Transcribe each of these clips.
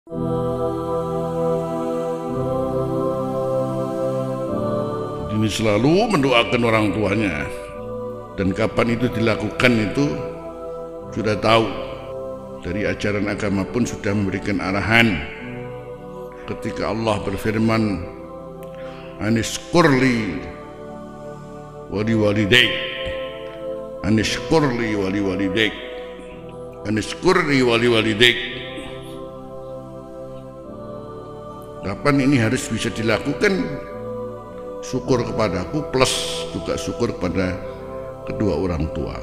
Ini selalu mendoakan orang tuanya, dan kapan itu dilakukan itu sudah tahu. Dari ajaran agama pun sudah memberikan arahan. Ketika Allah berfirman, Anishkurli wali walidaik, Anishkurli wali walidaik, Anishkurli wali walidaik. Kapan ini harus bisa dilakukan? Syukur kepadaku plus juga syukur kepada kedua orang tua.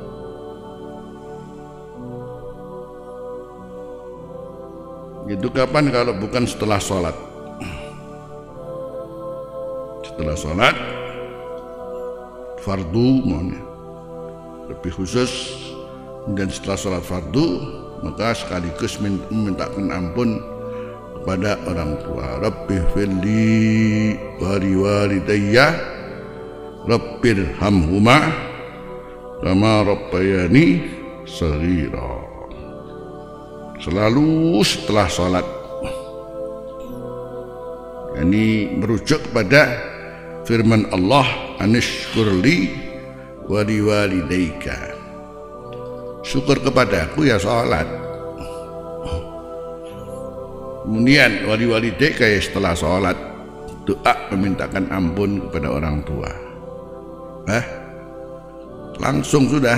Itu kapan kalau bukan setelah sholat? Setelah sholat fardu, lebih khusus, dan setelah sholat fardu maka sekaligus memintakan ampun kepada orang tua. Rabbi firli wali walidayya Rabbirhamhuma kama rabbayani shaghira. Selalu setelah sholat. Ini merujuk kepada firman Allah, Anishkurli wali walidayka. Syukur kepadaku ya sholat. Kemudian wali deka setelah sholat doa memintakan ampun kepada orang tua. Langsung sudah.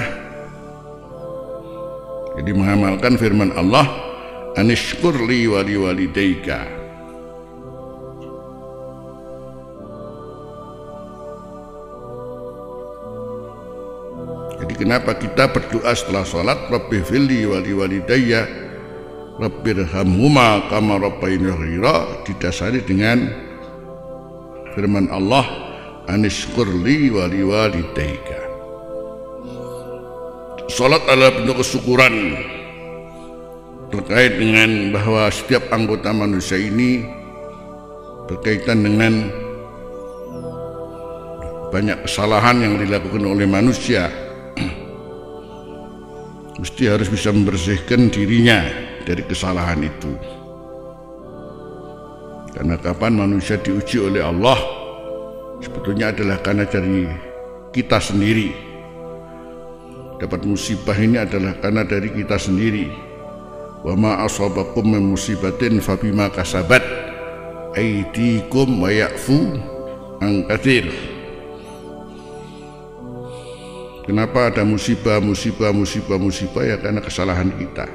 Jadi mengamalkan firman Allah, Anishkurli wali deka. Jadi kenapa kita berdoa setelah sholat, Rabbi firli wali walidayya Rabbirhamhuma kama rabbayani shaghira, didasari dengan firman Allah, Anishkurli wali walidayka. Salat adalah bentuk kesyukuran terkait dengan bahwa setiap anggota manusia ini berkaitan dengan banyak kesalahan yang dilakukan oleh manusia. Mesti harus bisa membersihkan dirinya dari kesalahan itu. Karena kapan manusia diuji oleh Allah sebetulnya adalah karena dari kita sendiri. Dapat musibah ini adalah karena dari kita sendiri. Wa ma asabakum min musibatin fabima kasabat aydikum wa ya'fu an katsir. Kenapa ada musibah ya karena kesalahan kita.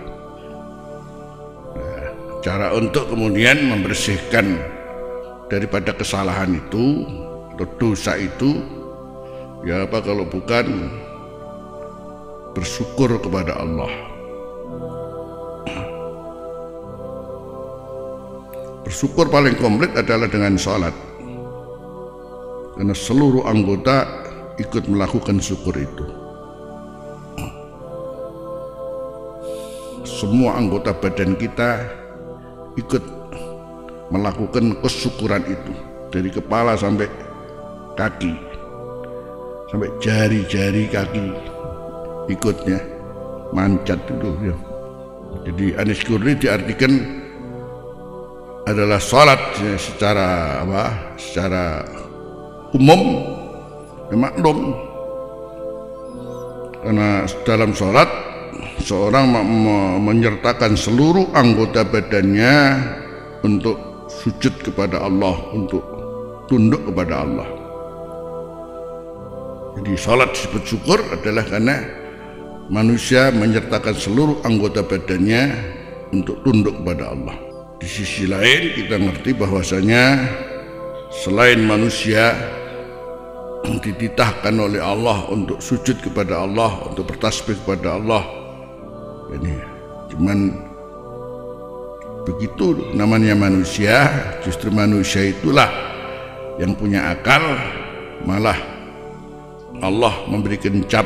Cara untuk kemudian membersihkan daripada kesalahan itu atau dosa itu, ya apa kalau bukan bersyukur kepada Allah. Bersyukur paling komplit adalah dengan sholat, karena seluruh anggota ikut melakukan syukur itu. Semua anggota badan kita ikut melakukan kesyukuran itu, dari kepala sampai kaki, sampai jari-jari kaki ikutnya mancat itu ya. Jadi Anishkurli diartikan adalah sholat ya, secara umum maklum, karena dalam sholat seorang menyertakan seluruh anggota badannya untuk sujud kepada Allah, untuk tunduk kepada Allah. Jadi sholat disebut syukur adalah karena manusia menyertakan seluruh anggota badannya untuk tunduk kepada Allah. Di sisi lain kita ngerti bahwasanya selain manusia dititahkan oleh Allah untuk sujud kepada Allah, untuk bertasbih kepada Allah, ini cuman begitu namanya manusia. Justru manusia itulah yang punya akal, malah Allah memberikan cap,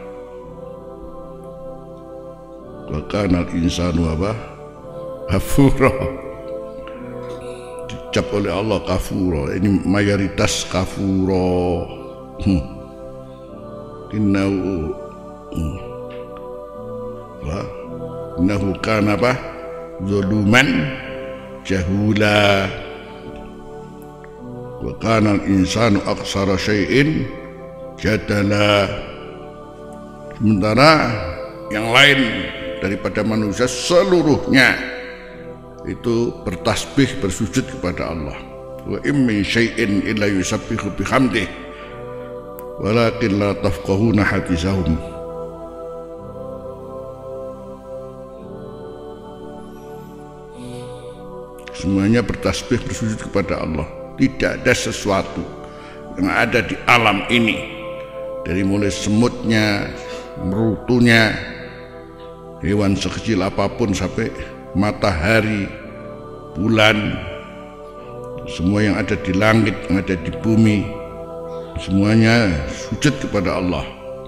wa kanal insanu kafura, dicap oleh Allah kafura. Ini mayoritas kafura. Innahu kana zaluman jahula wa kana al-insanu aktsara syai'in jadala. Sementara yang lain daripada manusia seluruhnya itu bertasbih, bersujud kepada Allah. Wa in min syai'in illa yusabbihu bihamdih walakin la tafqahuna hadisahum. Semuanya bertasbih, bersujud kepada Allah. Tidak ada sesuatu yang ada di alam ini, dari mulai semutnya, merutunya, hewan sekecil apapun sampai matahari, bulan, semua yang ada di langit, yang ada di bumi, semuanya sujud kepada Allah.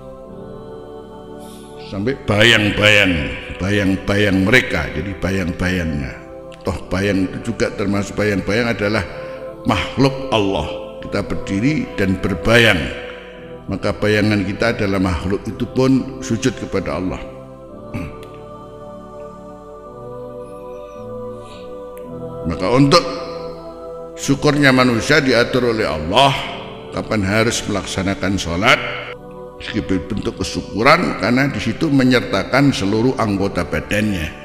Sampai bayang-bayang mereka jadi bayang-bayangnya. Toh bayang itu juga termasuk, bayang-bayang adalah makhluk Allah. Kita berdiri dan berbayang, maka bayangan kita adalah makhluk, itu pun sujud kepada Allah. Maka untuk syukurnya manusia diatur oleh Allah kapan harus melaksanakan sholat sebagai bentuk kesyukuran, karena di situ menyertakan seluruh anggota badannya.